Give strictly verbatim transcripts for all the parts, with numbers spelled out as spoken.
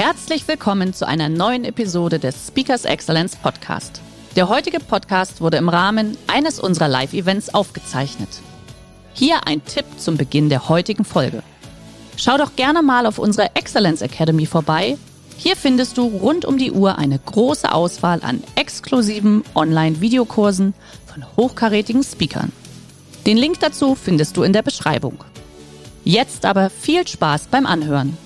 Herzlich willkommen zu einer neuen Episode des Speakers Excellence Podcast. Der heutige Podcast wurde im Rahmen eines unserer Live-Events aufgezeichnet. Hier ein Tipp zum Beginn der heutigen Folge. Schau doch gerne mal auf unserer Excellence Academy vorbei. Hier findest du rund um die Uhr eine große Auswahl an exklusiven Online-Videokursen von hochkarätigen Speakern. Den Link dazu findest du in der Beschreibung. Jetzt aber viel Spaß beim Anhören.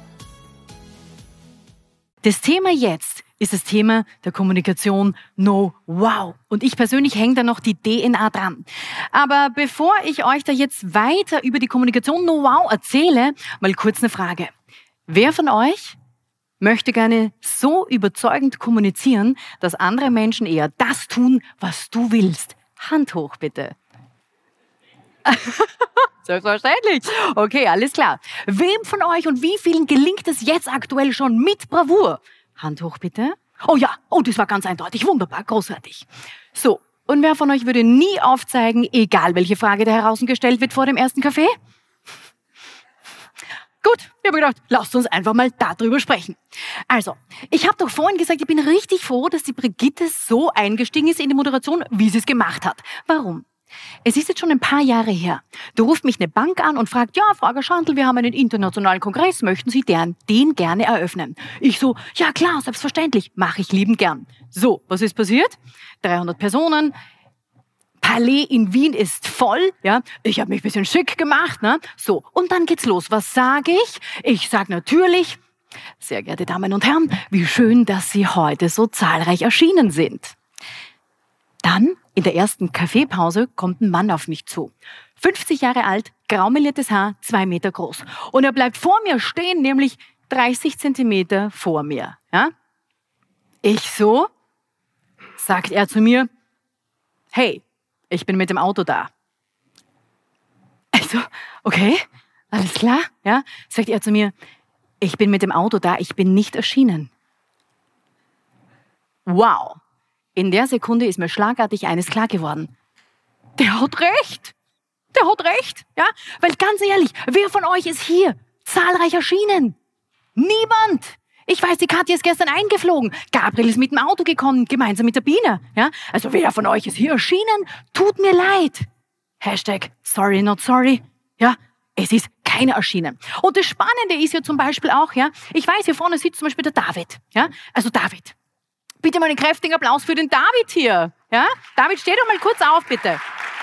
Das Thema jetzt ist das Thema der Kommunikation Know-Wow. Und ich persönlich hänge da noch die D N A dran. Aber bevor ich euch da jetzt weiter über die Kommunikation Know-Wow erzähle, mal kurz eine Frage. Wer von euch möchte gerne so überzeugend kommunizieren, dass andere Menschen eher das tun, was du willst? Hand hoch, bitte. Selbstverständlich. Okay, alles klar. Wem von euch und wie vielen gelingt es jetzt aktuell schon mit Bravour? Hand hoch, bitte. Oh ja, oh, das war ganz eindeutig. Wunderbar, großartig. So, und wer von euch würde nie aufzeigen, egal welche Frage da heraus gestellt wird vor dem ersten Kaffee? Gut, ich habe gedacht, lasst uns einfach mal darüber sprechen. Also, ich habe doch vorhin gesagt, ich bin richtig froh, dass die Brigitte so eingestiegen ist in die Moderation, wie sie es gemacht hat. Warum? Es ist jetzt schon ein paar Jahre her. Da ruft mich eine Bank an und fragt, ja, Frau Schandl, wir haben einen internationalen Kongress, möchten Sie den, den gerne eröffnen? Ich so, ja klar, selbstverständlich, mache ich liebend gern. So, was ist passiert? dreihundert Personen, Palais in Wien ist voll, ja. Ich habe mich ein bisschen schick gemacht, ne? So, und dann geht's los. Was sage ich? Ich sage natürlich, sehr geehrte Damen und Herren, wie schön, dass Sie heute so zahlreich erschienen sind. Dann, in der ersten Kaffeepause, kommt ein Mann auf mich zu. fünfzig Jahre alt, graumeliertes Haar, zwei Meter groß. Und er bleibt vor mir stehen, nämlich dreißig Zentimeter vor mir. Ja? Ich so, sagt er zu mir, hey, ich bin mit dem Auto da. Also, okay, alles klar. Ja? Sagt er zu mir, ich bin mit dem Auto da, ich bin nicht erschienen. Wow. In der Sekunde ist mir schlagartig eines klar geworden. Der hat recht. Der hat recht. Ja? Weil ganz ehrlich, wer von euch ist hier zahlreich erschienen? Niemand. Ich weiß, die Katja ist gestern eingeflogen. Gabriel ist mit dem Auto gekommen, gemeinsam mit der Biene. Ja? Also wer von euch ist hier erschienen? Tut mir leid. Hashtag sorry not sorry. Ja, es ist keiner erschienen. Und das Spannende ist ja zum Beispiel auch, ja, ich weiß, hier vorne sitzt zum Beispiel der David. Ja? Also David. Bitte mal einen kräftigen Applaus für den David hier. Ja? David, steh doch mal kurz auf, bitte.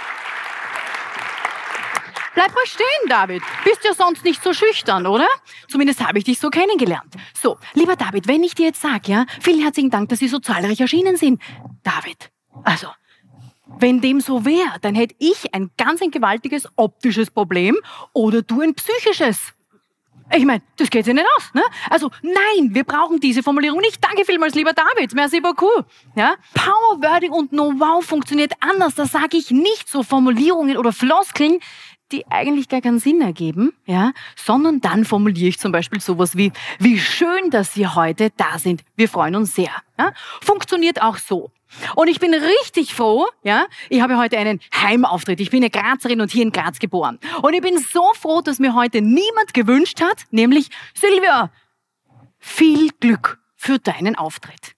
Bleib mal stehen, David. Bist ja sonst nicht so schüchtern, oder? Zumindest habe ich dich so kennengelernt. So, lieber David, wenn ich dir jetzt sage, ja, vielen herzlichen Dank, dass Sie so zahlreich erschienen sind. David, also, wenn dem so wäre, dann hätte ich ein ganz ein gewaltiges optisches Problem oder du ein psychisches. Ich meine, das geht sich nicht aus. Ne? Also nein, wir brauchen diese Formulierung nicht. Danke vielmals, lieber David. Merci beaucoup. Ja? Powerwording und Know-Wow funktioniert anders. Das sage ich nicht so Formulierungen oder Floskeln, die eigentlich gar keinen Sinn ergeben, ja? Sondern dann formuliere ich zum Beispiel sowas wie, wie schön, dass Sie heute da sind. Wir freuen uns sehr. Ja? Funktioniert auch so. Und ich bin richtig froh, ja, ich habe heute einen Heimauftritt. Ich bin eine Grazerin und hier in Graz geboren. Und ich bin so froh, dass mir heute niemand gewünscht hat, nämlich Silvia, viel Glück für deinen Auftritt.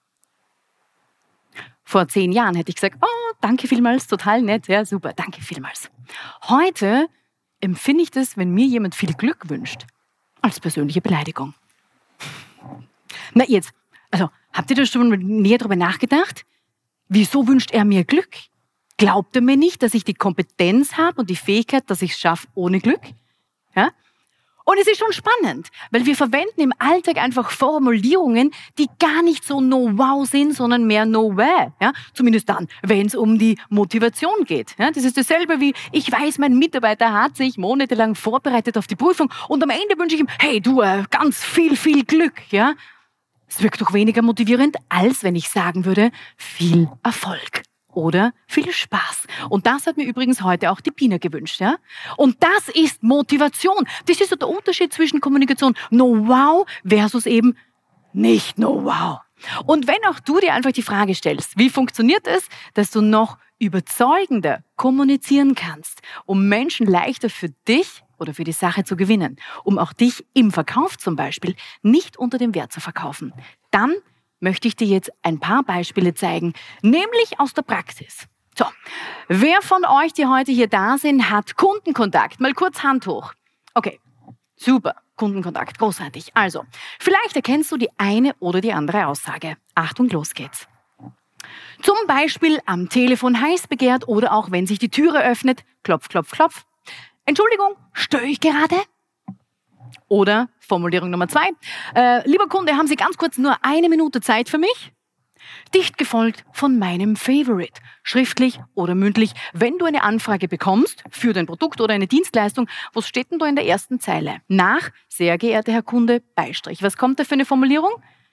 Vor zehn Jahren hätte ich gesagt, oh, danke vielmals, total nett, ja, super, danke vielmals. Heute empfinde ich das, wenn mir jemand viel Glück wünscht, als persönliche Beleidigung. Na jetzt, also, habt ihr da schon mal näher drüber nachgedacht? Wieso wünscht er mir Glück? Glaubt er mir nicht, dass ich die Kompetenz habe und die Fähigkeit, dass ich es schaffe ohne Glück? Ja? Und es ist schon spannend, weil wir verwenden im Alltag einfach Formulierungen, die gar nicht so Know-Wow sind, sondern mehr Know-Why. Ja? Zumindest dann, wenn es um die Motivation geht. Ja? Das ist dasselbe wie, ich weiß, mein Mitarbeiter hat sich monatelang vorbereitet auf die Prüfung und am Ende wünsche ich ihm, hey du, äh, ganz viel, viel Glück. Ja? Es wirkt doch weniger motivierend, als wenn ich sagen würde, viel Erfolg oder viel Spaß. Und das hat mir übrigens heute auch die Pina gewünscht. Ja? Und das ist Motivation. Das ist so der Unterschied zwischen Kommunikation Know-Wow versus eben nicht Know-Wow. Und wenn auch du dir einfach die Frage stellst, wie funktioniert es, dass du noch überzeugender kommunizieren kannst, um Menschen leichter für dich oder für die Sache zu gewinnen, um auch dich im Verkauf zum Beispiel nicht unter dem Wert zu verkaufen. Dann möchte ich dir jetzt ein paar Beispiele zeigen, nämlich aus der Praxis. So, wer von euch, die heute hier da sind, hat Kundenkontakt? Mal kurz Hand hoch. Okay, super, Kundenkontakt, großartig. Also, vielleicht erkennst du die eine oder die andere Aussage. Achtung, los geht's. Zum Beispiel am Telefon heiß begehrt oder auch wenn sich die Türe öffnet, klopf, klopf, klopf. Entschuldigung, störe ich gerade? Oder Formulierung Nummer zwei. Äh, lieber Kunde, haben Sie ganz kurz nur eine Minute Zeit für mich? Dicht gefolgt von meinem Favorite. Schriftlich oder mündlich, wenn du eine Anfrage bekommst für dein Produkt oder eine Dienstleistung, was steht denn da in der ersten Zeile? Nach, sehr geehrter Herr Kunde, Beistrich. Was kommt da für eine Formulierung?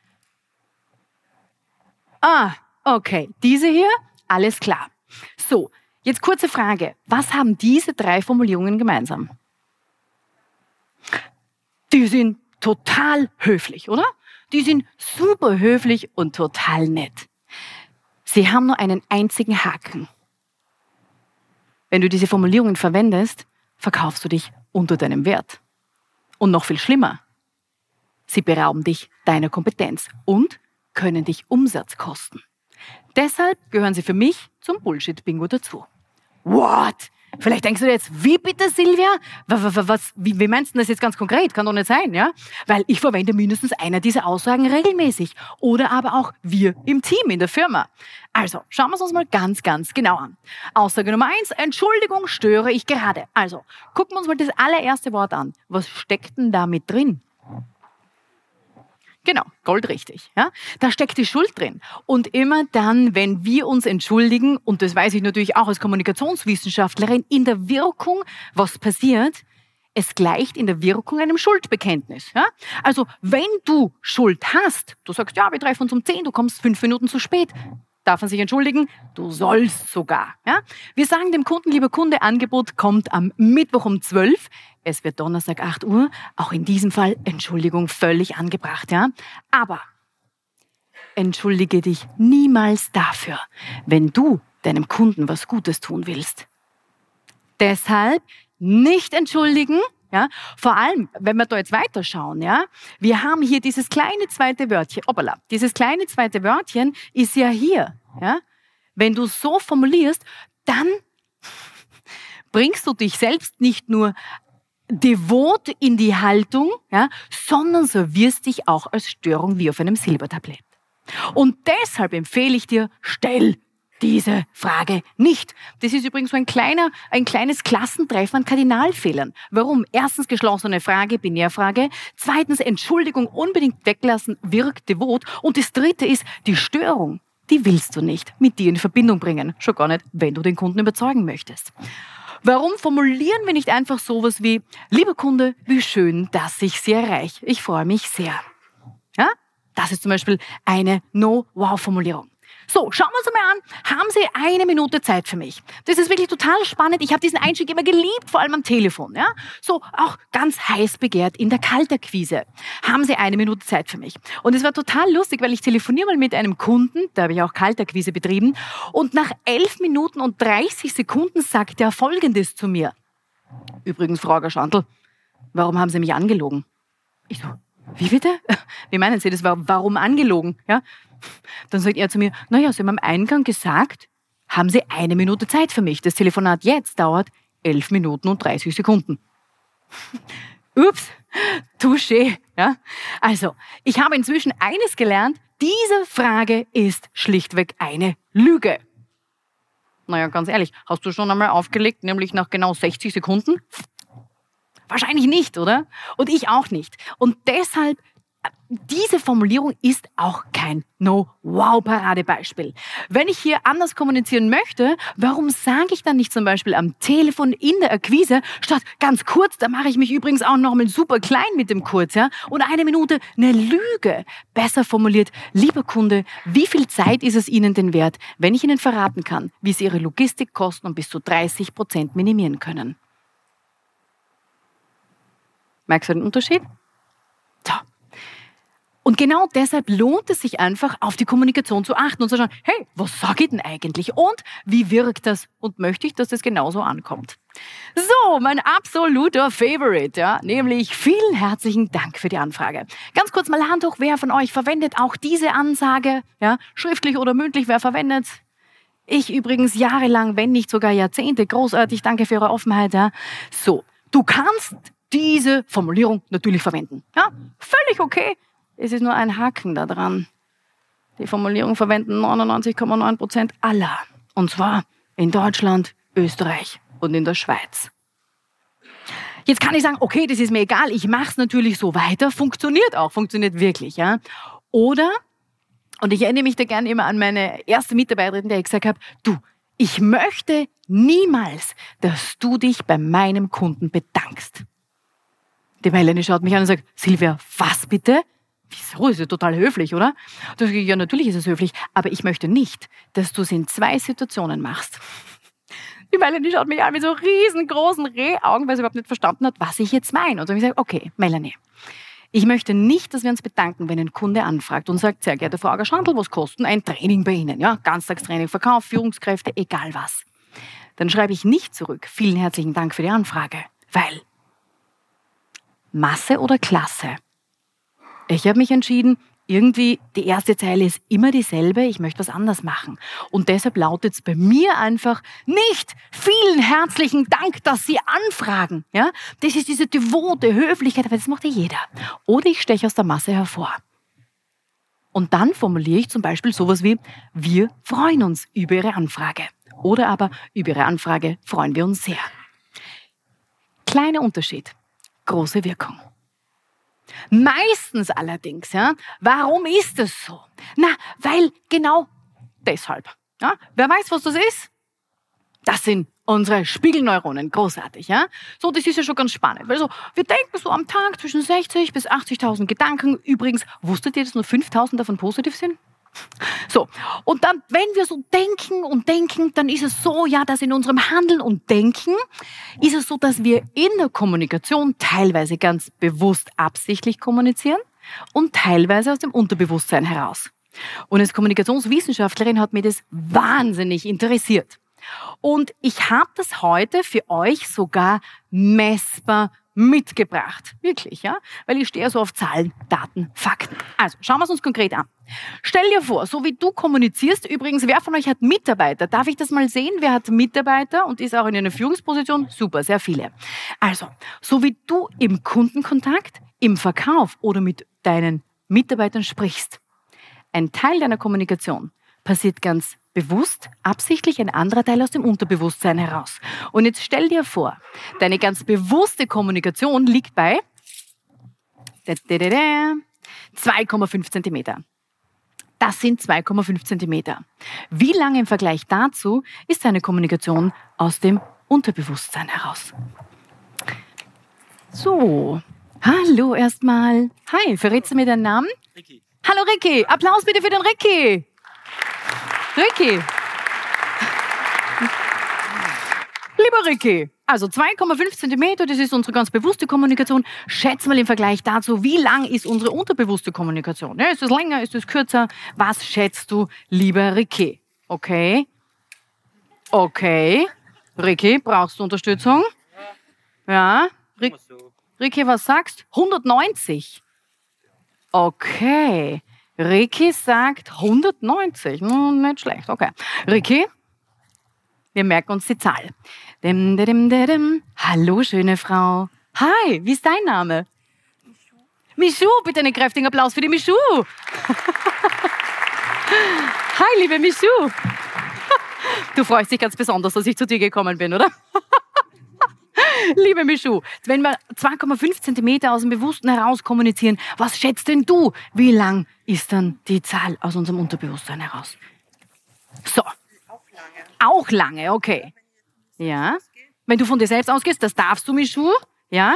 Ah, okay, diese hier, alles klar. So, jetzt kurze Frage. Was haben diese drei Formulierungen gemeinsam? Die sind total höflich, oder? Die sind super höflich und total nett. Sie haben nur einen einzigen Haken. Wenn du diese Formulierungen verwendest, verkaufst du dich unter deinem Wert. Und noch viel schlimmer, sie berauben dich deiner Kompetenz und können dich Umsatz kosten. Deshalb gehören sie für mich zum Bullshit-Bingo dazu. What? Vielleicht denkst du dir jetzt, wie bitte, Silvia? Was, was, wie, wie meinst du das jetzt ganz konkret? Kann doch nicht sein, ja? Weil ich verwende mindestens einer dieser Aussagen regelmäßig. Oder aber auch wir im Team, in der Firma. Also, schauen wir es uns mal ganz, ganz genau an. Aussage Nummer eins, Entschuldigung, störe ich gerade. Also, gucken wir uns mal das allererste Wort an. Was steckt denn da mit drin? Genau, goldrichtig. Ja? Da steckt die Schuld drin. Und immer dann, wenn wir uns entschuldigen, und das weiß ich natürlich auch als Kommunikationswissenschaftlerin, in der Wirkung, was passiert, es gleicht in der Wirkung einem Schuldbekenntnis. Ja? Also wenn du Schuld hast, du sagst, ja, wir treffen uns um zehn, du kommst fünf Minuten zu spät, darf man sich entschuldigen? Du sollst sogar. Ja? Wir sagen dem Kunden, lieber Kunde, Angebot kommt am Mittwoch um zwölf. Es wird Donnerstag acht Uhr. Auch in diesem Fall Entschuldigung völlig angebracht. Ja? Aber entschuldige dich niemals dafür, wenn du deinem Kunden was Gutes tun willst. Deshalb nicht entschuldigen. Ja, vor allem, wenn wir da jetzt weiterschauen, ja, wir haben hier dieses kleine zweite Wörtchen, hoppala, dieses kleine zweite Wörtchen ist ja hier, ja. Wenn du so formulierst, dann bringst du dich selbst nicht nur devot in die Haltung, ja, sondern servierst dich auch als Störung wie auf einem Silbertablett. Und deshalb empfehle ich dir, stell diese Frage nicht. Das ist übrigens so ein kleiner, ein kleines Klassentreffen an Kardinalfehlern. Warum? Erstens geschlossene Frage, Binärfrage. Zweitens Entschuldigung unbedingt weglassen, wirkt devot. Und das dritte ist die Störung. Die willst du nicht mit dir in Verbindung bringen. Schon gar nicht, wenn du den Kunden überzeugen möchtest. Warum formulieren wir nicht einfach sowas wie, lieber Kunde, wie schön, dass ich Sie erreiche. Ich freue mich sehr. Ja? Das ist zum Beispiel eine No-Wow-Formulierung. So, schauen wir uns mal an. Haben Sie eine Minute Zeit für mich? Das ist wirklich total spannend. Ich habe diesen Einstieg immer geliebt, vor allem am Telefon. Ja? So, auch ganz heiß begehrt in der Kaltakquise. Haben Sie eine Minute Zeit für mich? Und es war total lustig, weil ich telefoniere mal mit einem Kunden, da habe ich auch Kaltakquise betrieben, und nach elf Minuten und dreißig Sekunden sagt er Folgendes zu mir. Übrigens, Frau Gaschandl, warum haben Sie mich angelogen? Ich so, wie bitte? Wie meinen Sie das? Warum angelogen? Ja? Dann sagt er zu mir, naja, Sie haben am Eingang gesagt, haben Sie eine Minute Zeit für mich. Das Telefonat jetzt dauert elf Minuten und dreißig Sekunden. Ups, touché. Ja? Also, ich habe inzwischen eines gelernt, diese Frage ist schlichtweg eine Lüge. Naja, ganz ehrlich, hast du schon einmal aufgelegt, nämlich nach genau sechzig Sekunden? Wahrscheinlich nicht, oder? Und ich auch nicht. Und deshalb, diese Formulierung ist auch kein No-Wow-Paradebeispiel. Wenn ich hier anders kommunizieren möchte, warum sage ich dann nicht zum Beispiel am Telefon in der Akquise, statt ganz kurz, da mache ich mich übrigens auch noch mal super klein mit dem Kurz, ja, und eine Minute eine Lüge. Besser formuliert, lieber Kunde, wie viel Zeit ist es Ihnen denn wert, wenn ich Ihnen verraten kann, wie Sie Ihre Logistikkosten um bis zu dreißig Prozent minimieren können? Merkst du den Unterschied? So. Und Und genau deshalb lohnt es sich einfach, auf die Kommunikation zu achten und zu schauen, hey, was sage ich denn eigentlich und wie wirkt das und möchte ich, dass das genauso ankommt. So, mein absoluter Favorite, ja, nämlich vielen herzlichen Dank für die Anfrage. Ganz kurz mal Hand hoch, wer von euch verwendet auch diese Ansage, ja, schriftlich oder mündlich, wer verwendet? Ich übrigens jahrelang, wenn nicht sogar Jahrzehnte, großartig, danke für eure Offenheit, ja. So, du kannst diese Formulierung natürlich verwenden, ja, völlig okay. Es ist nur ein Haken da dran. Die Formulierung verwenden neunundneunzig Komma neun Prozent aller. Und zwar in Deutschland, Österreich und in der Schweiz. Jetzt kann ich sagen, okay, das ist mir egal, ich mache es natürlich so weiter. Funktioniert auch, funktioniert wirklich. Ja? Oder, und ich erinnere mich da gerne immer an meine erste Mitarbeiterin, der ich gesagt habe, du, ich möchte niemals, dass du dich bei meinem Kunden bedankst. Die Melanie schaut mich an und sagt, Silvia, was bitte? Wieso? Ist ja total höflich, oder? Da sage ich, ja, natürlich ist es höflich, aber ich möchte nicht, dass du es in zwei Situationen machst. Die Melanie schaut mich an mit so riesengroßen Rehaugen, weil sie überhaupt nicht verstanden hat, was ich jetzt meine. Und so habe ich gesagt, okay, Melanie, ich möchte nicht, dass wir uns bedanken, wenn ein Kunde anfragt und sagt, sehr geehrte Frau Agerschandl, was kostet ein Training bei Ihnen? Ja, Ganztagstraining, Verkauf, Führungskräfte, egal was. Dann schreibe ich nicht zurück, vielen herzlichen Dank für die Anfrage, weil Masse oder Klasse? Ich habe mich entschieden, irgendwie die erste Zeile ist immer dieselbe, ich möchte was anders machen. Und deshalb lautet es bei mir einfach nicht vielen herzlichen Dank, dass Sie anfragen. Ja? Das ist diese devote Höflichkeit, aber das macht ja jeder. Oder ich steche aus der Masse hervor. Und dann formuliere ich zum Beispiel sowas wie, wir freuen uns über Ihre Anfrage. Oder aber, über Ihre Anfrage freuen wir uns sehr. Kleiner Unterschied, große Wirkung. Meistens allerdings, ja, warum ist das so? Na, weil genau deshalb. Ja, wer weiß, was das ist? Das sind unsere Spiegelneuronen, großartig. Ja? So, das ist ja schon ganz spannend. Weil so, wir denken so am Tag zwischen sechzig bis achtzigtausend Gedanken. Übrigens, wusstet ihr, dass nur fünftausend davon positiv sind? So, und dann, wenn wir so denken und denken, dann ist es so, ja, dass in unserem Handeln und Denken ist es so, dass wir in der Kommunikation teilweise ganz bewusst absichtlich kommunizieren und teilweise aus dem Unterbewusstsein heraus. Und als Kommunikationswissenschaftlerin hat mich das wahnsinnig interessiert. Und ich habe das heute für euch sogar messbar mitgebracht. Wirklich, ja? Weil ich stehe so auf Zahlen, Daten, Fakten. Also, schauen wir es uns konkret an. Stell dir vor, so wie du kommunizierst, übrigens, wer von euch hat Mitarbeiter? Darf ich das mal sehen? Wer hat Mitarbeiter und ist auch in einer Führungsposition? Super, sehr viele. Also, so wie du im Kundenkontakt, im Verkauf oder mit deinen Mitarbeitern sprichst, ein Teil deiner Kommunikation passiert ganz bewusst, absichtlich, ein anderer Teil aus dem Unterbewusstsein heraus. Und jetzt stell dir vor, deine ganz bewusste Kommunikation liegt bei zwei Komma fünf Zentimeter. Das sind zwei Komma fünf Zentimeter. Wie lange im Vergleich dazu ist deine Kommunikation aus dem Unterbewusstsein heraus? So, hallo erstmal. Hi, verrätst du mir deinen Namen? Ricky. Hallo Ricky, Applaus bitte für den Ricky. Ricky. Lieber Ricky, also zwei Komma fünf Zentimeter, das ist unsere ganz bewusste Kommunikation. Schätz mal im Vergleich dazu, wie lang ist unsere unterbewusste Kommunikation? Ja, ist es länger, ist es kürzer? Was schätzt du, lieber Ricky? Okay. Okay. Ricky, brauchst du Unterstützung? Ja. Rick, Ricky, was sagst? hundertneunzig. Okay. Ricky sagt hundertneunzig. Hm, nicht schlecht, okay. Ricky, wir merken uns die Zahl. Dim, dim, dim, dim. Hallo, schöne Frau. Hi, wie ist dein Name? Michu. Michu, bitte einen kräftigen Applaus für die Michu. Hi, liebe Michu. Du freust dich ganz besonders, dass ich zu dir gekommen bin, oder? Liebe Michu, wenn wir zwei Komma fünf Zentimeter aus dem Bewussten heraus kommunizieren, was schätzt denn du? Wie lang ist dann die Zahl aus unserem Unterbewusstsein heraus? So. Auch lange. Auch lange, okay. Ja. Wenn du von dir selbst ausgehst, das darfst du, Michu. Ja.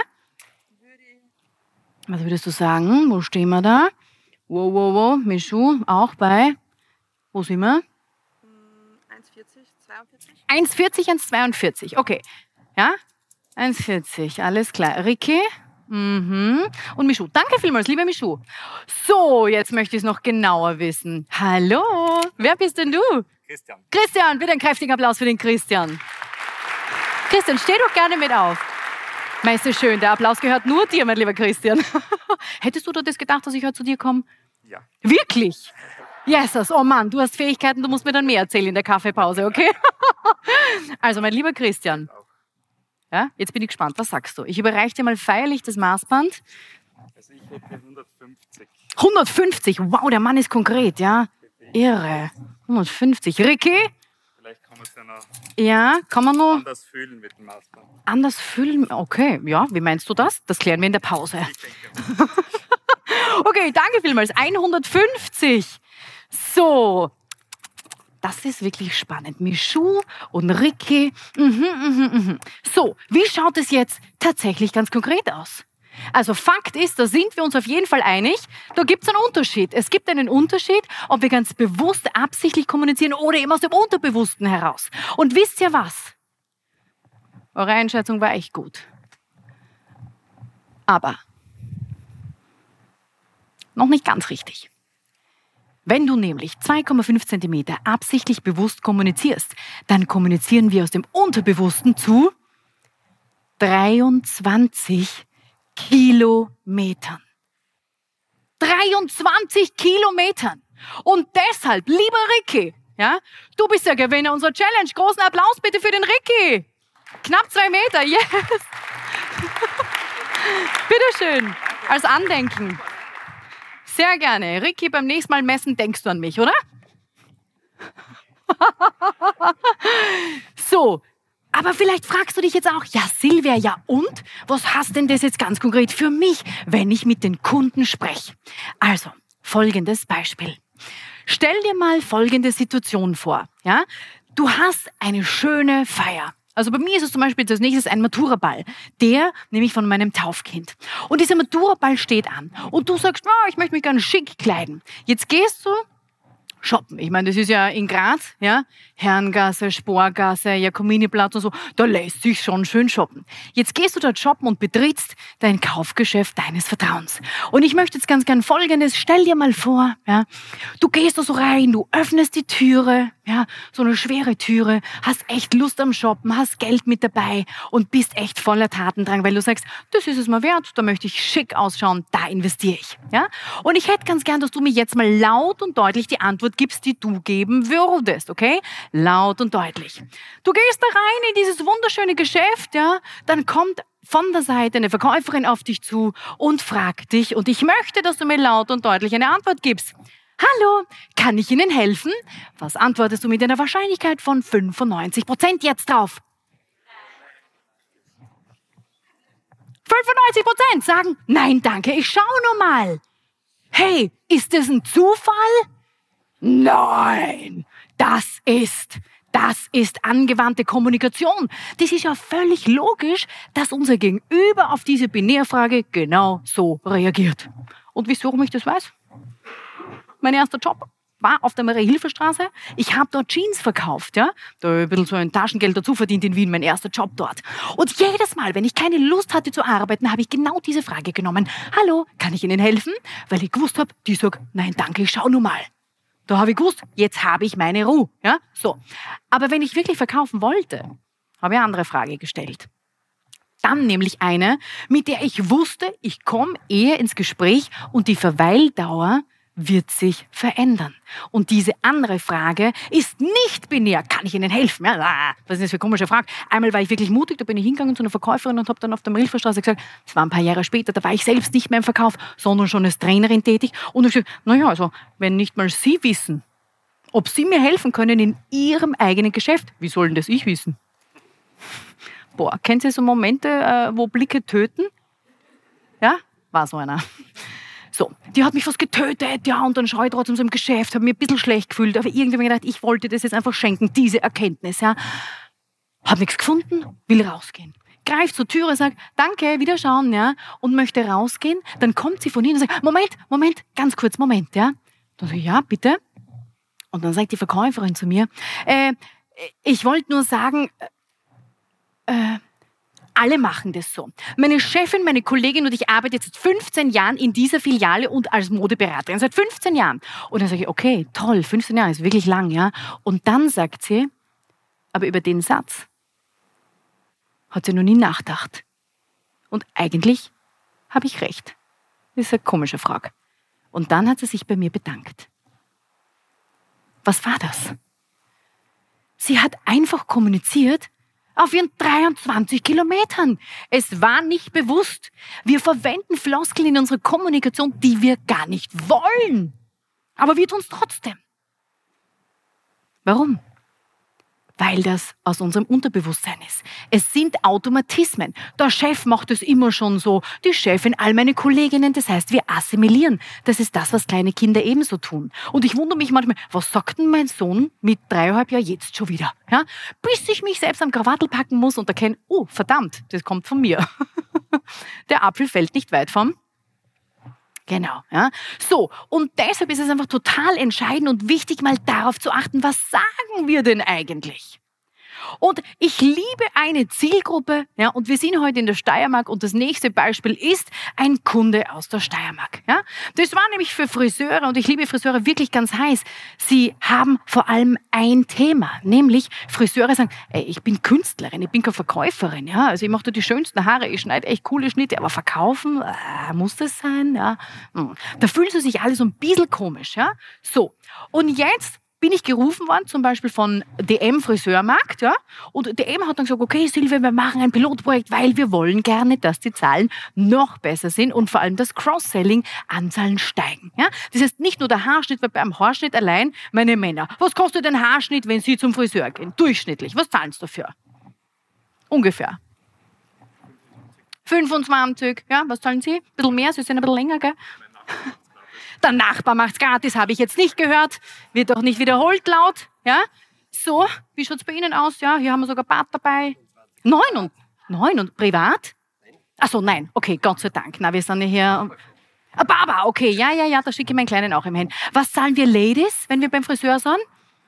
Was würdest du sagen? Wo stehen wir da? Wow, wow, wow. Michu, auch bei, wo sind wir? eins Komma vierzig, zweiundvierzig. eins Komma vierzig, eins Komma zweiundvierzig, okay. Ja? eins Komma vierzig, alles klar. Ricky, Mhm. Und Michu. Danke vielmals, lieber Michu. So, jetzt möchte ich es noch genauer wissen. Hallo, wer bist denn du? Christian. Christian, bitte einen kräftigen Applaus für den Christian. Christian, steh doch gerne mit auf. Meister, schön, der Applaus gehört nur dir, mein lieber Christian. Hättest du dir das gedacht, dass ich heute zu dir komme? Ja. Wirklich? Jesus, oh Mann, du hast Fähigkeiten, du musst mir dann mehr erzählen in der Kaffeepause, okay? Also, mein lieber Christian, ja, jetzt bin ich gespannt, was sagst du? Ich überreiche dir mal feierlich das Maßband. Also ich hätte hundertfünfzig. hundertfünfzig, wow, der Mann ist konkret, ja? Irre. hundertfünfzig. Ricky? Vielleicht kann man es ja noch Ja, kann man noch anders fühlen mit dem Maßband. anders füllen? Okay, ja, wie meinst du das? Das klären wir in der Pause. Ich denke, Okay, danke vielmals. hundertfünfzig. So, das ist wirklich spannend. Michu und Ricky. Mhm, mhm, mhm. So, wie schaut es jetzt tatsächlich ganz konkret aus? Also Fakt ist, da sind wir uns auf jeden Fall einig, da gibt es einen Unterschied. Es gibt einen Unterschied, ob wir ganz bewusst, absichtlich kommunizieren oder eben aus dem Unterbewussten heraus. Und wisst ihr was? Eure Einschätzung war echt gut. Aber noch nicht ganz richtig. Wenn du nämlich zwei Komma fünf Zentimeter absichtlich bewusst kommunizierst, dann kommunizieren wir aus dem Unterbewussten zu dreiundzwanzig Kilometern. dreiundzwanzig Kilometern. Und deshalb, lieber Ricky, ja, du bist der Gewinner unserer Challenge. Großen Applaus bitte für den Ricky. Knapp zwei Meter, yes. Bitteschön, als Andenken. Sehr gerne. Ricky, beim nächsten Mal messen denkst du an mich, oder? So, aber vielleicht fragst du dich jetzt auch, ja Silvia, ja und? Was hast denn das jetzt ganz konkret für mich, wenn ich mit den Kunden spreche? Also, folgendes Beispiel. Stell dir mal folgende Situation vor. Ja? Du hast eine schöne Feier. Also bei mir ist es zum Beispiel als nächstes ein Maturaball. Der nehme ich von meinem Taufkind. Und dieser Maturaball steht an. Und du sagst, oh, ich möchte mich gerne schick kleiden. Jetzt gehst du shoppen. Ich meine, das ist ja in Graz, ja, Herrengasse, Sporgasse, Jakominiplatz und so, da lässt sich schon schön shoppen. Jetzt gehst du dort shoppen und betrittst dein Kaufgeschäft deines Vertrauens. Und ich möchte jetzt ganz gern Folgendes, stell dir mal vor, ja, du gehst da so rein, du öffnest die Türe, ja, so eine schwere Türe, hast echt Lust am Shoppen, hast Geld mit dabei und bist echt voller Tatendrang, weil du sagst, das ist es mir wert, da möchte ich schick ausschauen, da investiere ich, ja. Und ich hätte ganz gern, dass du mir jetzt mal laut und deutlich die Antwort gibst, die du geben würdest, okay? Laut und deutlich. Du gehst da rein in dieses wunderschöne Geschäft, ja, dann kommt von der Seite eine Verkäuferin auf dich zu und fragt dich, und ich möchte, dass du mir laut und deutlich eine Antwort gibst. Hallo, kann ich Ihnen helfen? Was antwortest du mit einer Wahrscheinlichkeit von fünfundneunzig Prozent jetzt drauf? fünfundneunzig Prozent sagen, nein, danke, ich schau nur mal. Hey, ist das ein Zufall? Nein, das ist, das ist angewandte Kommunikation. Das ist ja völlig logisch, dass unser Gegenüber auf diese Binärfrage genau so reagiert. Und wisst ihr, warum ich das weiß? Mein erster Job war auf der Marie-Hilfer-Straße. Ich habe dort Jeans verkauft. Ja? Da habe ich ein bisschen so ein Taschengeld dazu verdient in Wien, mein erster Job dort. Und jedes Mal, wenn ich keine Lust hatte zu arbeiten, habe ich genau diese Frage genommen. Hallo, kann ich Ihnen helfen? Weil ich gewusst habe, die sagt, nein, danke, ich schau nur mal. Da habe ich gewusst, jetzt habe ich meine Ruhe. Ja? So. Aber wenn ich wirklich verkaufen wollte, habe ich eine andere Frage gestellt. Dann nämlich eine, mit der ich wusste, ich komme eher ins Gespräch und die Verweildauer wird sich verändern. Und diese andere Frage ist nicht binär. Kann ich Ihnen helfen? Ja, was ist das für eine komische Frage? Einmal war ich wirklich mutig, da bin ich hingegangen zu einer Verkäuferin und habe dann auf der Marie-Hilfer-Straße gesagt, das war ein paar Jahre später, da war ich selbst nicht mehr im Verkauf, sondern schon als Trainerin tätig. Und ich habe gesagt, naja, also wenn nicht mal Sie wissen, ob Sie mir helfen können in Ihrem eigenen Geschäft, wie soll denn das ich wissen? Boah, kennen Sie so Momente, wo Blicke töten? Ja, war so einer. So, die hat mich fast getötet, ja, und dann schaue ich trotzdem so im Geschäft, habe mir ein bisschen schlecht gefühlt, aber irgendwie habe ich gedacht, ich wollte das jetzt einfach schenken, diese Erkenntnis, ja. Habe nichts gefunden, will rausgehen. Greift zur Türe, sagt, danke, wiederschauen, ja, und möchte rausgehen. Dann kommt sie von hinten und sagt, Moment, Moment, ganz kurz, Moment, ja. Dann sage ich, ja, bitte. Und dann sagt die Verkäuferin zu mir, äh, ich wollte nur sagen, äh, alle machen das so. Meine Chefin, meine Kollegin und ich arbeiten jetzt seit fünfzehn Jahren in dieser Filiale und als Modeberaterin. Seit fünfzehn Jahren. Und dann sage ich, okay, toll, fünfzehn Jahre ist wirklich lang, ja. Und dann sagt sie, aber über den Satz hat sie noch nie nachgedacht. Und eigentlich habe ich recht. Das ist eine komische Frage. Und dann hat sie sich bei mir bedankt. Was war das? Sie hat einfach kommuniziert auf ihren dreiundzwanzig Kilometern. Es war nicht bewusst. Wir verwenden Floskeln in unserer Kommunikation, die wir gar nicht wollen. Aber wir tun es trotzdem. Warum? Weil das aus unserem Unterbewusstsein ist. Es sind Automatismen. Der Chef macht es immer schon so, die Chefin, all meine Kolleginnen. Das heißt, wir assimilieren. Das ist das, was kleine Kinder ebenso tun. Und ich wundere mich manchmal, was sagt denn mein Sohn mit dreieinhalb Jahren jetzt schon wieder? Ja? Bis ich mich selbst am Krawattel packen muss und erkenne, oh, verdammt, das kommt von mir. Der Apfel fällt nicht weit vom Genau, ja. So, und deshalb ist es einfach total entscheidend und wichtig, mal darauf zu achten, was sagen wir denn eigentlich? Und ich liebe eine Zielgruppe, ja, und wir sind heute in der Steiermark und das nächste Beispiel ist ein Kunde aus der Steiermark, ja. Das war nämlich für Friseure und ich liebe Friseure wirklich ganz heiß. Sie haben vor allem ein Thema, nämlich Friseure sagen, ey, ich bin Künstlerin, ich bin keine Verkäuferin, ja. Also ich mache da die schönsten Haare, ich schneide echt coole Schnitte, aber verkaufen, äh, muss das sein, ja. Hm. Da fühlen sie sich alle so ein bisschen komisch, ja. So, und jetzt bin ich gerufen worden, zum Beispiel von D M Friseurmarkt, ja, und D M hat dann gesagt, okay, Silvia, wir machen ein Pilotprojekt, weil wir wollen gerne, dass die Zahlen noch besser sind und vor allem das Cross-Selling, Anzahlen steigen, ja. Das heißt, nicht nur der Haarschnitt, weil beim Haarschnitt allein, meine Männer, was kostet ein Haarschnitt, wenn Sie zum Friseur gehen? Durchschnittlich, was zahlen Sie dafür? Ungefähr. fünfundzwanzig, ja, was zahlen Sie? Ein bisschen mehr, Sie sind ein bisschen länger, gell? Der Nachbar macht's gratis, habe ich jetzt nicht gehört. Wird auch nicht wiederholt laut. Ja? So, wie schaut's bei Ihnen aus? Ja, hier haben wir sogar Bad dabei. Neun und, neun und privat? Ach so, nein. Okay, Gott sei Dank. Na, wir sind ja hier. Ah, Baba, okay. Ja, ja, ja, da schicke ich meinen Kleinen auch im Hin. Was zahlen wir Ladies, wenn wir beim Friseur sind?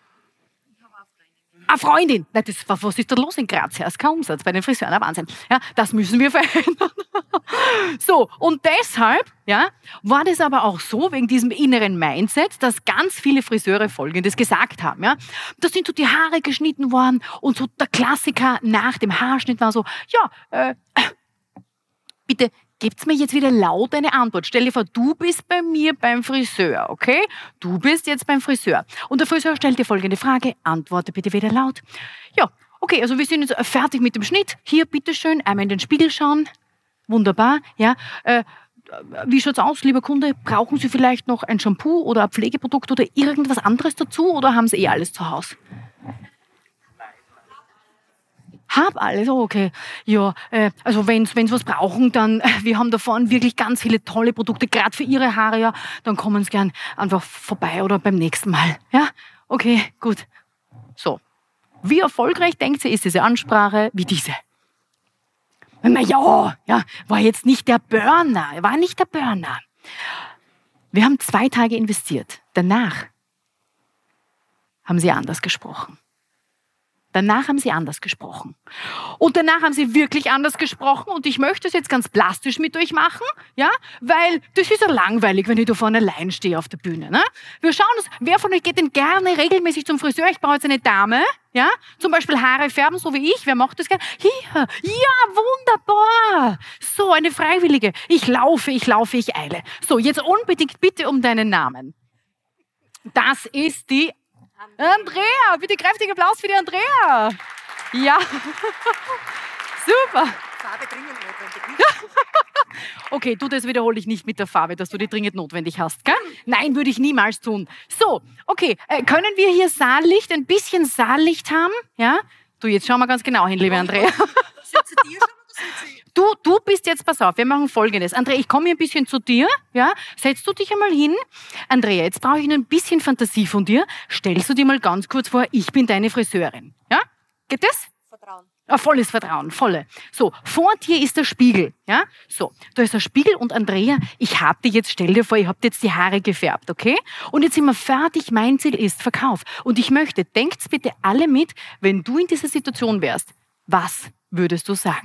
Ah, Freundin. Na, das, was ist da los in Graz? Ja, ist kein Umsatz bei den Friseuren. Ah, Wahnsinn. Ja, das müssen wir verändern. So, und deshalb, ja, war das aber auch so, wegen diesem inneren Mindset, dass ganz viele Friseure Folgendes gesagt haben. Ja. Da sind so die Haare geschnitten worden und so der Klassiker nach dem Haarschnitt war so, ja, äh, bitte, gebt's mir jetzt wieder laut eine Antwort. Stell dir vor, du bist bei mir beim Friseur, okay? Du bist jetzt beim Friseur. Und der Friseur stellt dir folgende Frage, antworte bitte wieder laut. Ja, okay, also wir sind jetzt fertig mit dem Schnitt. Hier, bitteschön, einmal in den Spiegel schauen. Wunderbar, ja. Äh, wie schaut's aus, lieber Kunde? Brauchen Sie vielleicht noch ein Shampoo oder ein Pflegeprodukt oder irgendwas anderes dazu oder haben Sie eh alles zu Hause? Hab alles, oh, okay. Ja, äh, also wenn Sie was brauchen, dann, äh, wir haben da vorne wirklich ganz viele tolle Produkte, gerade für Ihre Haare, ja, dann kommen Sie gern einfach vorbei oder beim nächsten Mal. Ja, okay, gut. So, wie erfolgreich, denkt sie, ist diese Ansprache wie diese? Na ja, ja, war jetzt nicht der Burner, war nicht der Burner. Wir haben zwei Tage investiert. Danach haben sie anders gesprochen. Danach haben sie anders gesprochen. Und danach haben sie wirklich anders gesprochen. Und ich möchte es jetzt ganz plastisch mit euch machen, ja, weil das ist ja langweilig, wenn ich da vorne allein stehe auf der Bühne. Ne? Wir schauen uns, wer von euch geht denn gerne regelmäßig zum Friseur? Ich brauche jetzt eine Dame, ja, zum Beispiel Haare färben, so wie ich. Wer macht das gerne? Hier, ja, wunderbar. So, eine Freiwillige. Ich laufe, ich laufe, ich eile. So, jetzt unbedingt bitte um deinen Namen. Das ist die Andrea, bitte kräftigen Applaus für die Andrea. Ja, super. Farbe dringend notwendig. Okay, du, das wiederhole ich nicht mit der Farbe, dass du die dringend notwendig hast, gell? Nein, würde ich niemals tun. So, okay, äh, können wir hier Saallicht, ein bisschen Saallicht haben? Ja? Du, jetzt schau mal ganz genau hin, liebe Andrea. Sitze dir schon oder sitze ich? Du, du bist jetzt, pass auf, wir machen Folgendes. Andrea, ich komme hier ein bisschen zu dir, ja? Setzt du dich einmal hin. Andrea, jetzt brauche ich nur ein bisschen Fantasie von dir. Stellst du dir mal ganz kurz vor, ich bin deine Friseurin. Ja? Geht das? Vertrauen. Ah, volles Vertrauen, volle. So, vor dir ist der Spiegel, ja? So, da ist der Spiegel und Andrea, ich hab dir jetzt, stell dir vor, ihr habt jetzt die Haare gefärbt, okay? Und jetzt sind wir fertig, mein Ziel ist Verkauf. Und ich möchte, denkt bitte alle mit, wenn du in dieser Situation wärst, was würdest du sagen?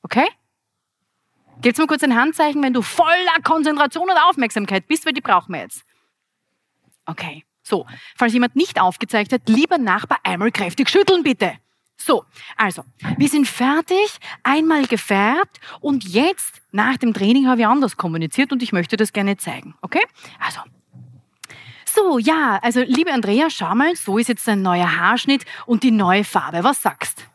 Okay? Gib's mir kurz ein Handzeichen, wenn du voller Konzentration und Aufmerksamkeit bist, weil die brauchen wir jetzt. Okay, so. Falls jemand nicht aufgezeigt hat, lieber Nachbar, einmal kräftig schütteln, bitte. So, also, wir sind fertig, einmal gefärbt und jetzt, nach dem Training, habe ich anders kommuniziert und ich möchte das gerne zeigen. Okay? Also, so, ja, also, liebe Andrea, schau mal, so ist jetzt dein neuer Haarschnitt und die neue Farbe. Was sagst?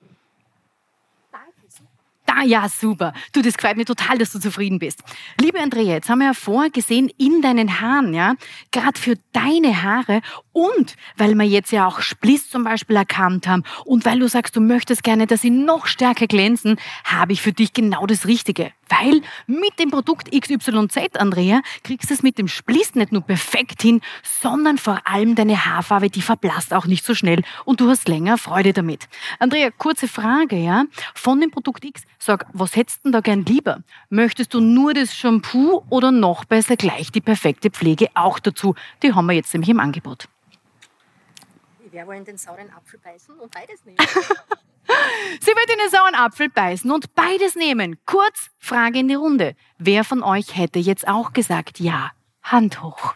Da, ja, super. Du, das freut mich total, dass du zufrieden bist. Liebe Andrea, jetzt haben wir ja vorher gesehen, in deinen Haaren, ja, gerade für deine Haare und weil wir jetzt ja auch Spliss zum Beispiel erkannt haben und weil du sagst, du möchtest gerne, dass sie noch stärker glänzen, habe ich für dich genau das Richtige. Weil mit dem Produkt X Y Z, Andrea, kriegst du es mit dem Spliss nicht nur perfekt hin, sondern vor allem deine Haarfarbe, die verblasst auch nicht so schnell und du hast länger Freude damit. Andrea, kurze Frage, ja, von dem Produkt X, sag, was hättest du denn da gern lieber? Möchtest du nur das Shampoo oder noch besser gleich die perfekte Pflege auch dazu? Die haben wir jetzt nämlich im Angebot. Wir wollen den sauren Apfel beißen und beides nehmen. Sie wird in den sauren Apfel beißen und beides nehmen. Kurz, Frage in die Runde. Wer von euch hätte jetzt auch gesagt, ja, Hand hoch?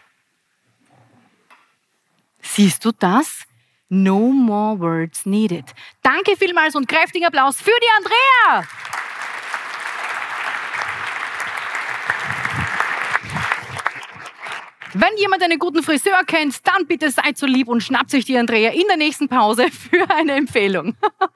Siehst du das? No more words needed. Danke vielmals und kräftigen Applaus für die Andrea. Wenn jemand einen guten Friseur kennt, dann bitte seid so lieb und schnappt sich die Andrea in der nächsten Pause für eine Empfehlung.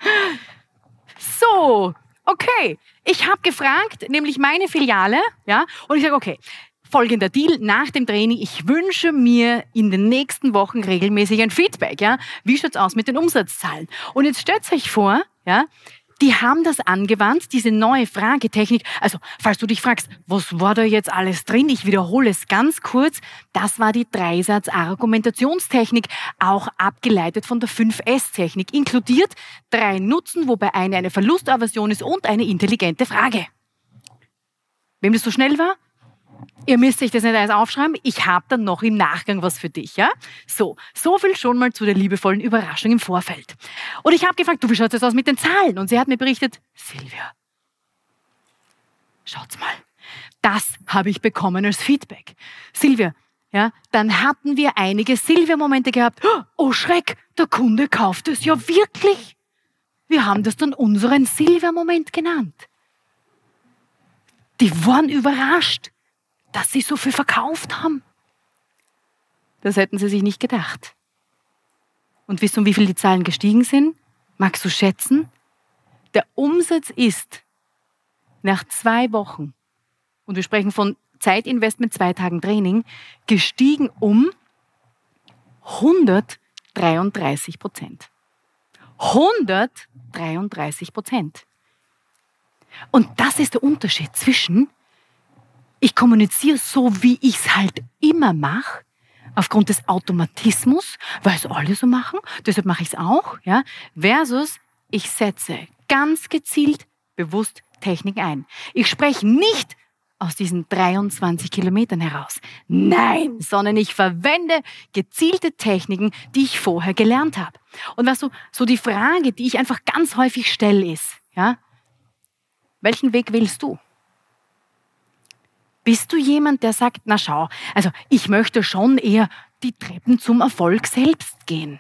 So, okay. Ich habe gefragt, nämlich meine Filiale, ja, und ich sage, okay, folgender Deal nach dem Training. Ich wünsche mir in den nächsten Wochen regelmäßig ein Feedback, ja. Wie schaut's aus mit den Umsatzzahlen? Und jetzt stellt euch vor, ja, die haben das angewandt, diese neue Fragetechnik. Also, falls du dich fragst, was war da jetzt alles drin? Ich wiederhole es ganz kurz. Das war die Dreisatz-Argumentationstechnik, auch abgeleitet von der fünf S Technik. Inkludiert drei Nutzen, wobei eine eine Verlustaversion ist und eine intelligente Frage. Wem das so schnell war? Ihr müsst euch das nicht alles aufschreiben. Ich habe dann noch im Nachgang was für dich, ja? So, so viel schon mal zu der liebevollen Überraschung im Vorfeld. Und ich habe gefragt, du, wie schaut das aus mit den Zahlen? Und sie hat mir berichtet, Silvia, schaut's mal, das habe ich bekommen als Feedback. Silvia, ja, dann hatten wir einige Silvia-Momente gehabt. Oh Schreck, der Kunde kauft es ja wirklich. Wir haben das dann unseren Silvia-Moment genannt. Die waren überrascht, dass sie so viel verkauft haben. Das hätten sie sich nicht gedacht. Und wisst ihr, um wie viel die Zahlen gestiegen sind? Magst du schätzen? Der Umsatz ist nach zwei Wochen, und wir sprechen von Zeitinvestment, zwei Tagen Training, gestiegen um hundertdreiunddreißig Prozent. hundertdreiunddreißig Prozent. Und das ist der Unterschied zwischen ich kommuniziere so, wie ich es halt immer mache, aufgrund des Automatismus, weil es alle so machen, deshalb mache ich es auch, ja, versus ich setze ganz gezielt, bewusst Technik ein. Ich spreche nicht aus diesen dreiundzwanzig Kilometern heraus. Nein, sondern ich verwende gezielte Techniken, die ich vorher gelernt habe. Und was so, so die Frage, die ich einfach ganz häufig stelle, ist, ja, welchen Weg wählst du? Bist du jemand, der sagt, na schau, also ich möchte schon eher die Treppen zum Erfolg selbst gehen?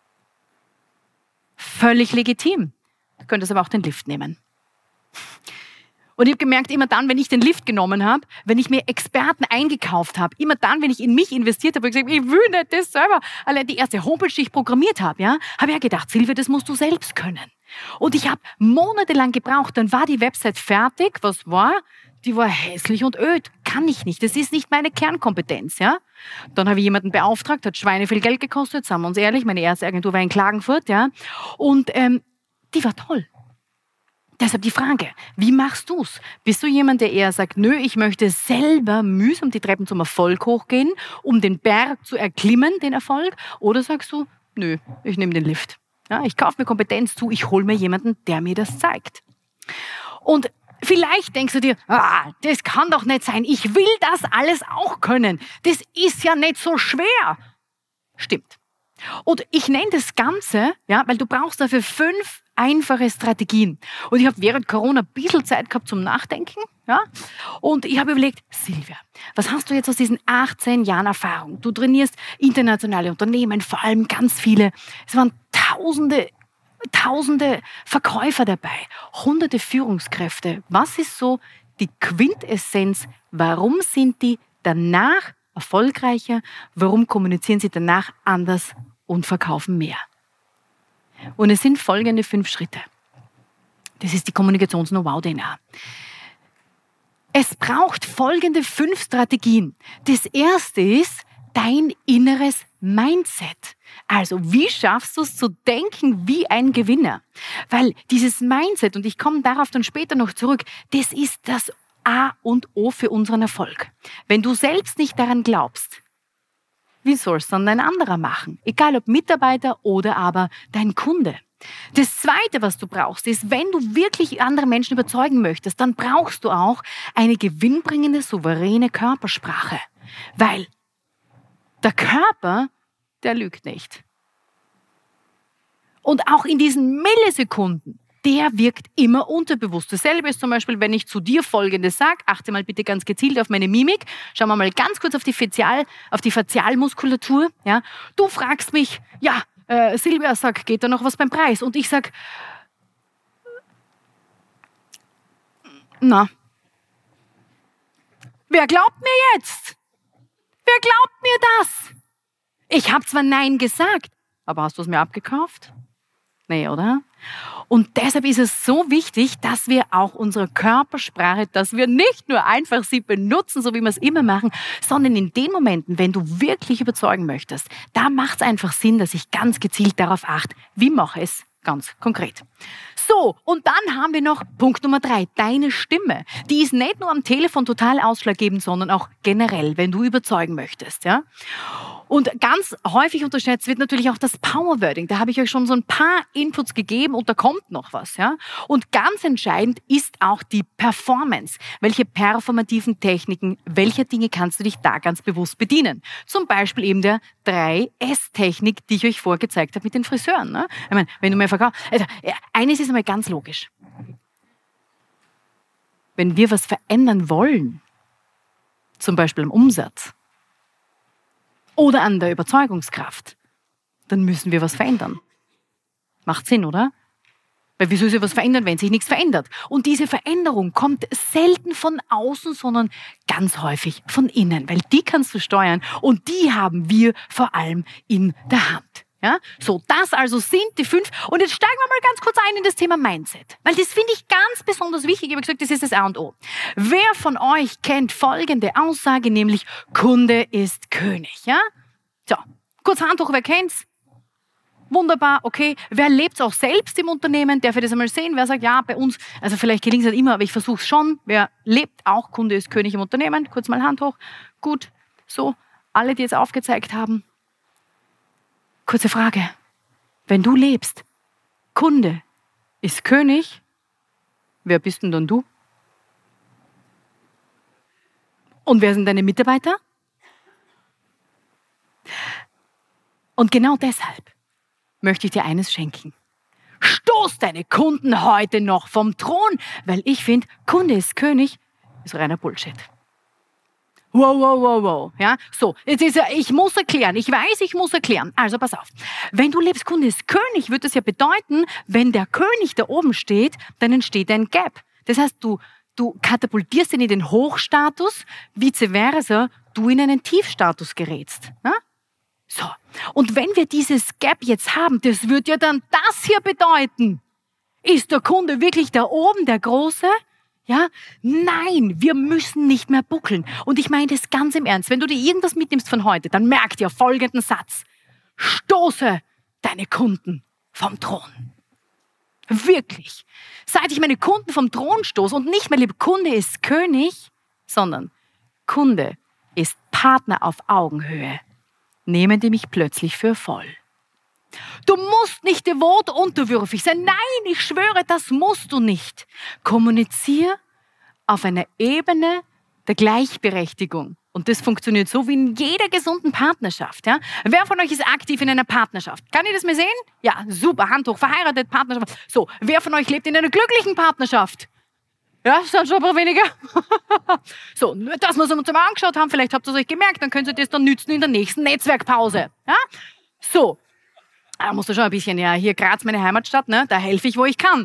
Völlig legitim. Du könntest aber auch den Lift nehmen. Und ich habe gemerkt, immer dann, wenn ich den Lift genommen habe, wenn ich mir Experten eingekauft habe, immer dann, wenn ich in mich investiert habe, habe ich gesagt, ich will nicht das selber. Allein die erste Homepage, die ich programmiert habe, ja, habe ich ja gedacht, Silvia, das musst du selbst können. Und ich habe monatelang gebraucht, dann war die Website fertig. Was war? Die war hässlich und öd. Kann ich nicht. Das ist nicht meine Kernkompetenz, ja. Dann habe ich jemanden beauftragt, hat Schweine viel Geld gekostet, sagen wir uns ehrlich. Meine erste Agentur war in Klagenfurt, ja. Und ähm, die war toll. Deshalb die Frage, wie machst du's? Bist du jemand, der eher sagt, nö, ich möchte selber mühsam die Treppen zum Erfolg hochgehen, um den Berg zu erklimmen, den Erfolg? Oder sagst du, nö, ich nehme den Lift. Ja, ich kaufe mir Kompetenz zu, ich hole mir jemanden, der mir das zeigt. Und vielleicht denkst du dir, ah, das kann doch nicht sein, ich will das alles auch können. Das ist ja nicht so schwer. Stimmt. Und ich nenne das Ganze, ja, weil du brauchst dafür fünf einfache Strategien. Und ich habe während Corona ein bisschen Zeit gehabt zum Nachdenken. Ja? Und ich habe überlegt, Silvia, was hast du jetzt aus diesen achtzehn Jahren Erfahrung? Du trainierst internationale Unternehmen, vor allem ganz viele. Es waren tausende, tausende Verkäufer dabei, hunderte Führungskräfte. Was ist so die Quintessenz? Warum sind die danach erfolgreicher? Warum kommunizieren sie danach anders und verkaufen mehr? Und es sind folgende fünf Schritte. Das ist die Kommunikations-Know-how-D N A. Es braucht folgende fünf Strategien. Das erste ist dein inneres Mindset. Also, wie schaffst du es zu denken wie ein Gewinner? Weil dieses Mindset, und ich komme darauf dann später noch zurück, das ist das A und O für unseren Erfolg. Wenn du selbst nicht daran glaubst, wie soll es dann ein anderer machen? Egal ob Mitarbeiter oder aber dein Kunde. Das Zweite, was du brauchst, ist, wenn du wirklich andere Menschen überzeugen möchtest, dann brauchst du auch eine gewinnbringende, souveräne Körpersprache. Weil der Körper, der lügt nicht. Und auch in diesen Millisekunden, der wirkt immer unterbewusst. Dasselbe ist zum Beispiel, wenn ich zu dir Folgendes sage, achte mal bitte ganz gezielt auf meine Mimik, schauen wir mal ganz kurz auf die Fazial, auf die Fazialmuskulatur. Ja. Du fragst mich, ja, äh, Silvia sagt, geht da noch was beim Preis? Und ich sage, na, wer glaubt mir jetzt? Wer glaubt mir das? Ich habe zwar Nein gesagt, aber hast du es mir abgekauft? Nee, oder? Und deshalb ist es so wichtig, dass wir auch unsere Körpersprache, dass wir nicht nur einfach sie benutzen, so wie wir es immer machen, sondern in den Momenten, wenn du wirklich überzeugen möchtest, da macht es einfach Sinn, dass ich ganz gezielt darauf achte, wie mache ich es ganz konkret. So, und dann haben wir noch Punkt Nummer drei, deine Stimme. Die ist nicht nur am Telefon total ausschlaggebend, sondern auch generell, wenn du überzeugen möchtest. Ja? Und ganz häufig unterschätzt wird natürlich auch das Powerwording. Da habe ich euch schon so ein paar Inputs gegeben und da kommt noch was. Ja? Und ganz entscheidend ist auch die Performance. Welche performativen Techniken, welche Dinge kannst du dich da ganz bewusst bedienen? Zum Beispiel eben der drei S Technik, die ich euch vorgezeigt habe mit den Friseuren. Ne? Ich meine, wenn du mir verkaufst, also, eines ist einmal ganz logisch. Wenn wir was verändern wollen, zum Beispiel am Umsatz, oder an der Überzeugungskraft, dann müssen wir was verändern. Macht Sinn, oder? Weil wieso soll sich was verändern, wenn sich nichts verändert? Und diese Veränderung kommt selten von außen, sondern ganz häufig von innen, weil die kannst du steuern und die haben wir vor allem in der Hand. Ja? So, das also sind die fünf. Und jetzt steigen wir mal ganz kurz ein in das Thema Mindset. Weil das finde ich ganz besonders wichtig. Ich habe gesagt, das ist das A und O. Wer von euch kennt folgende Aussage, nämlich Kunde ist König. Ja? So, kurz Hand hoch, wer kennt's? Wunderbar, okay. Wer lebt es auch selbst im Unternehmen? Darf ich das einmal sehen? Wer sagt, ja, bei uns, also vielleicht gelingt es nicht immer, aber ich versuche es schon. Wer lebt auch Kunde ist König im Unternehmen? Kurz mal Hand hoch. Gut, so, alle, die jetzt aufgezeigt haben. Kurze Frage. Wenn du lebst, Kunde ist König, wer bist denn dann du? Und wer sind deine Mitarbeiter? Und genau deshalb möchte ich dir eines schenken. Stoß deine Kunden heute noch vom Thron, weil ich finde, Kunde ist König, ist reiner Bullshit. Wow, wow, wow, wow. Ja, so, jetzt ist ja, ich muss erklären. Ich weiß, ich muss erklären. Also pass auf. Wenn du lebst, Kunde ist König, wird das ja bedeuten, wenn der König da oben steht, dann entsteht ein Gap. Das heißt, du, du katapultierst ihn in den Hochstatus, vice versa, du in einen Tiefstatus gerätst. Ja? So. Und wenn wir dieses Gap jetzt haben, das wird ja dann das hier bedeuten. Ist der Kunde wirklich da oben, der Große? Ja? Nein, wir müssen nicht mehr buckeln. Und ich meine das ganz im Ernst. Wenn du dir irgendwas mitnimmst von heute, dann merk dir folgenden Satz. Stoße deine Kunden vom Thron. Wirklich. Seit ich meine Kunden vom Thron stoße und nicht mehr liebe Kunde ist König, sondern Kunde ist Partner auf Augenhöhe, nehmen die mich plötzlich für voll. Du musst nicht devot unterwürfig sein. Nein, ich schwöre, das musst du nicht. Kommunizier auf einer Ebene der Gleichberechtigung. Und das funktioniert so wie in jeder gesunden Partnerschaft. Ja? Wer von euch ist aktiv in einer Partnerschaft? Kann ich das mal sehen? Ja, super, Hand hoch, verheiratet, Partnerschaft. So, wer von euch lebt in einer glücklichen Partnerschaft? Ja, sind schon ein paar weniger. So, dass wir es uns mal angeschaut haben, vielleicht habt ihr es euch gemerkt, dann könnt ihr das dann nützen in der nächsten Netzwerkpause. Ja? So, da musst du schon ein bisschen, ja, hier Graz, meine Heimatstadt, ne? Da helfe ich, wo ich kann.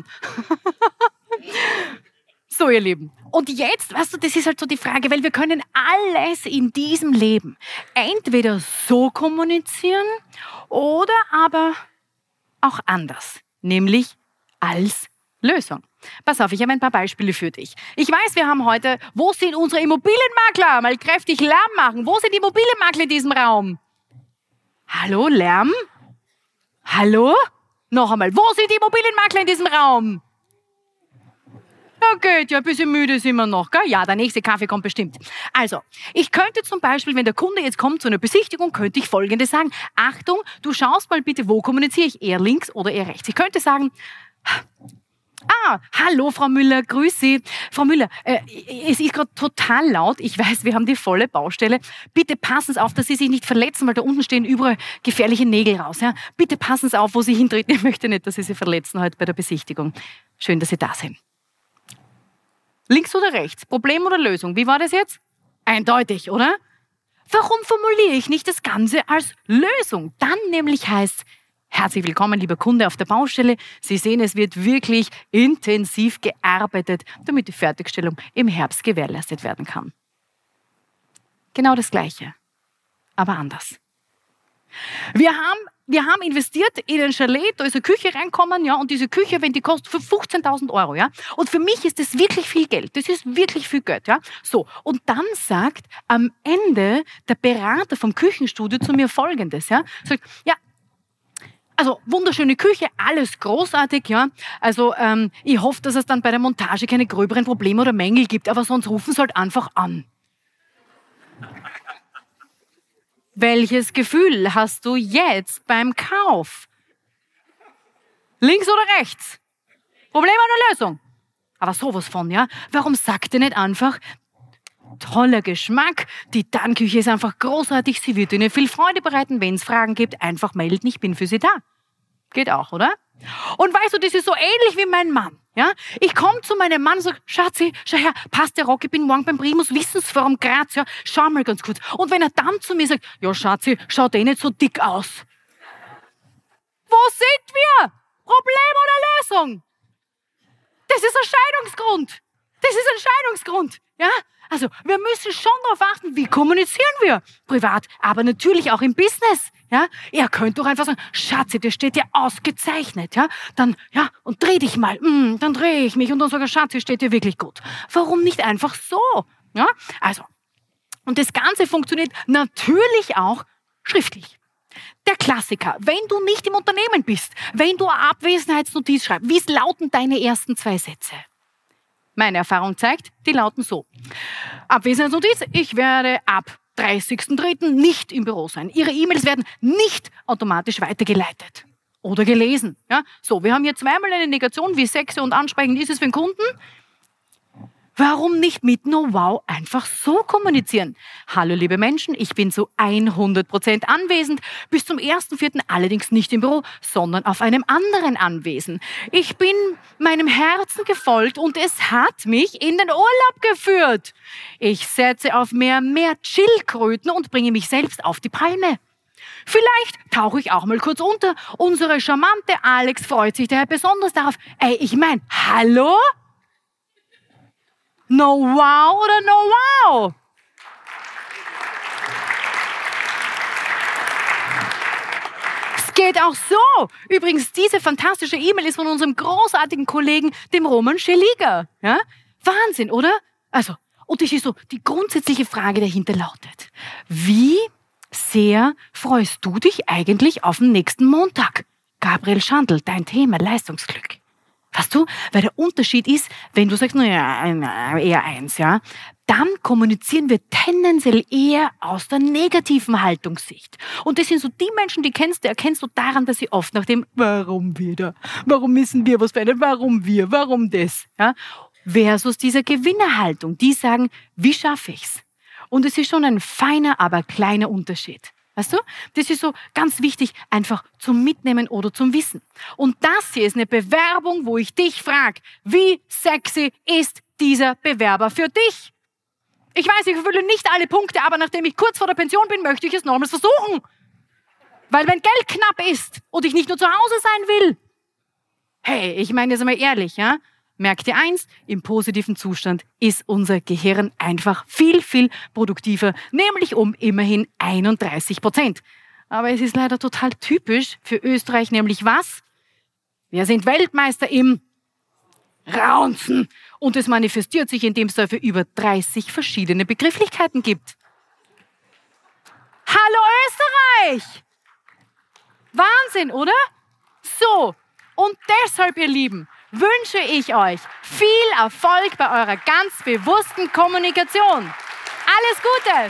So, ihr Lieben. Und jetzt, weißt du, das ist halt so die Frage, weil wir können alles in diesem Leben entweder so kommunizieren oder aber auch anders, nämlich als Lösung. Pass auf, ich habe ein paar Beispiele für dich. Ich weiß, wir haben heute, wo sind unsere Immobilienmakler? Mal kräftig Lärm machen. Wo sind die Immobilienmakler in diesem Raum? Hallo, Lärm? Hallo? Noch einmal, wo sind die Immobilienmakler in diesem Raum? Ja, geht, ja, ein bisschen müde sind wir noch, gell? Ja, der nächste Kaffee kommt bestimmt. Also, ich könnte zum Beispiel, wenn der Kunde jetzt kommt zu einer Besichtigung, könnte ich Folgendes sagen. Achtung, du schaust mal bitte, wo kommuniziere ich, eher links oder eher rechts. Ich könnte sagen, ah, hallo Frau Müller, grüß Sie. Frau Müller, äh, es ist gerade total laut. Ich weiß, wir haben die volle Baustelle. Bitte passen Sie auf, dass Sie sich nicht verletzen, weil da unten stehen überall gefährliche Nägel raus. Ja? Bitte passen Sie auf, wo Sie hintreten. Ich möchte nicht, dass Sie sich verletzen heute bei der Besichtigung. Schön, dass Sie da sind. Links oder rechts? Problem oder Lösung? Wie war das jetzt? Eindeutig, oder? Warum formuliere ich nicht das Ganze als Lösung? Dann nämlich heißt, herzlich willkommen, lieber Kunde auf der Baustelle. Sie sehen, es wird wirklich intensiv gearbeitet, damit die Fertigstellung im Herbst gewährleistet werden kann. Genau das Gleiche, aber anders. Wir haben, wir haben investiert in ein Chalet, da ist eine Küche reinkommen, ja, und diese Küche, wenn die kostet für fünfzehntausend Euro, ja, und für mich ist das wirklich viel Geld, das ist wirklich viel Geld, ja, so, und dann sagt am Ende der Berater vom Küchenstudio zu mir Folgendes, ja, sagt, ja, also wunderschöne Küche, alles großartig, ja, also ähm, ich hoffe, dass es dann bei der Montage keine gröberen Probleme oder Mängel gibt, aber sonst rufen Sie halt einfach an. Welches Gefühl hast du jetzt beim Kauf? Links oder rechts? Problem oder Lösung? Aber sowas von, ja? Warum sagt ihr nicht einfach, toller Geschmack, die Dann-Küche ist einfach großartig, sie wird Ihnen viel Freude bereiten, wenn es Fragen gibt, einfach melden, ich bin für Sie da. Geht auch, oder? Und weißt du, das ist so ähnlich wie mein Mann. Ja? Ich komme zu meinem Mann und sage, Schatzi, schau her, passt der Rock, ich bin morgen beim Primus Wissensforum Graz, ja, schau mal ganz kurz. Und wenn er dann zu mir sagt, ja Schatzi, schaut eh nicht so dick aus. Wo sind wir? Problem oder Lösung? Das ist ein Scheidungsgrund. Das ist ein Scheidungsgrund. Ja? Also wir müssen schon darauf achten, wie kommunizieren wir. Privat, aber natürlich auch im Business. Ja? Ihr könnt doch einfach sagen, Schatzi, das steht ja ausgezeichnet. Ja? Dann, ja, und dreh dich mal. Mm, dann drehe ich mich und dann sage ich, Schatzi, steht dir wirklich gut. Warum nicht einfach so? Ja? Also, und das Ganze funktioniert natürlich auch schriftlich. Der Klassiker, wenn du nicht im Unternehmen bist, wenn du eine Abwesenheitsnotiz schreibst, wie lauten deine ersten zwei Sätze? Meine Erfahrung zeigt, die lauten so. Abwesenheitsnotiz, ich werde ab dreißigsten dritten nicht im Büro sein. Ihre E-Mails werden nicht automatisch weitergeleitet oder gelesen. Ja? So, wir haben hier zweimal eine Negation, wie sexy und ansprechend ist es für den Kunden. Warum nicht mit Know-how einfach so kommunizieren? Hallo liebe Menschen, ich bin zu hundert Prozent anwesend, bis zum ersten vierten allerdings nicht im Büro, sondern auf einem anderen Anwesen. Ich bin meinem Herzen gefolgt und es hat mich in den Urlaub geführt. Ich setze auf mehr, mehr Schildkröten und bringe mich selbst auf die Palme. Vielleicht tauche ich auch mal kurz unter. Unsere charmante Alex freut sich daher besonders darauf. Ey, ich meine, hallo? No wow oder no wow? Es geht auch so. Übrigens, diese fantastische E-Mail ist von unserem großartigen Kollegen, dem Roman Scheliger. Ja? Wahnsinn, oder? Also, und das ist so, die grundsätzliche Frage dahinter lautet, wie sehr freust du dich eigentlich auf den nächsten Montag? Gabriel Schandl, dein Thema Leistungsglück. Weißt du, weil der Unterschied ist, wenn du sagst, naja, eher eins, ja, dann kommunizieren wir tendenziell eher aus der negativen Haltungssicht. Und das sind so die Menschen, die kennst du, erkennst du daran, dass sie oft nach dem, warum wieder, warum müssen wir was verändern, warum wir, warum das, ja, versus dieser Gewinnerhaltung, die sagen, wie schaffe ich's? Und es ist schon ein feiner, aber kleiner Unterschied. Weißt du? Das ist so ganz wichtig, einfach zum Mitnehmen oder zum Wissen. Und das hier ist eine Bewerbung, wo ich dich frage, wie sexy ist dieser Bewerber für dich? Ich weiß, ich erfülle nicht alle Punkte, aber nachdem ich kurz vor der Pension bin, möchte ich es nochmals versuchen. Weil wenn Geld knapp ist und ich nicht nur zu Hause sein will, hey, ich meine jetzt mal ehrlich, ja? Merk dir eins, im positiven Zustand ist unser Gehirn einfach viel, viel produktiver, nämlich um immerhin einunddreißig Prozent. Aber es ist leider total typisch für Österreich, nämlich was? Wir sind Weltmeister im Raunzen. Und es manifestiert sich, indem es dafür über dreißig verschiedene Begrifflichkeiten gibt. Hallo Österreich! Wahnsinn, oder? So, und deshalb, ihr Lieben, wünsche ich euch viel Erfolg bei eurer ganz bewussten Kommunikation. Alles Gute!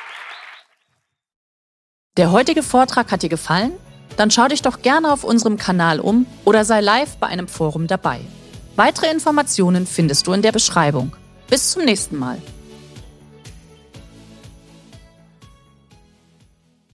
Der heutige Vortrag hat dir gefallen? Dann schau dich doch gerne auf unserem Kanal um oder sei live bei einem Forum dabei. Weitere Informationen findest du in der Beschreibung. Bis zum nächsten Mal.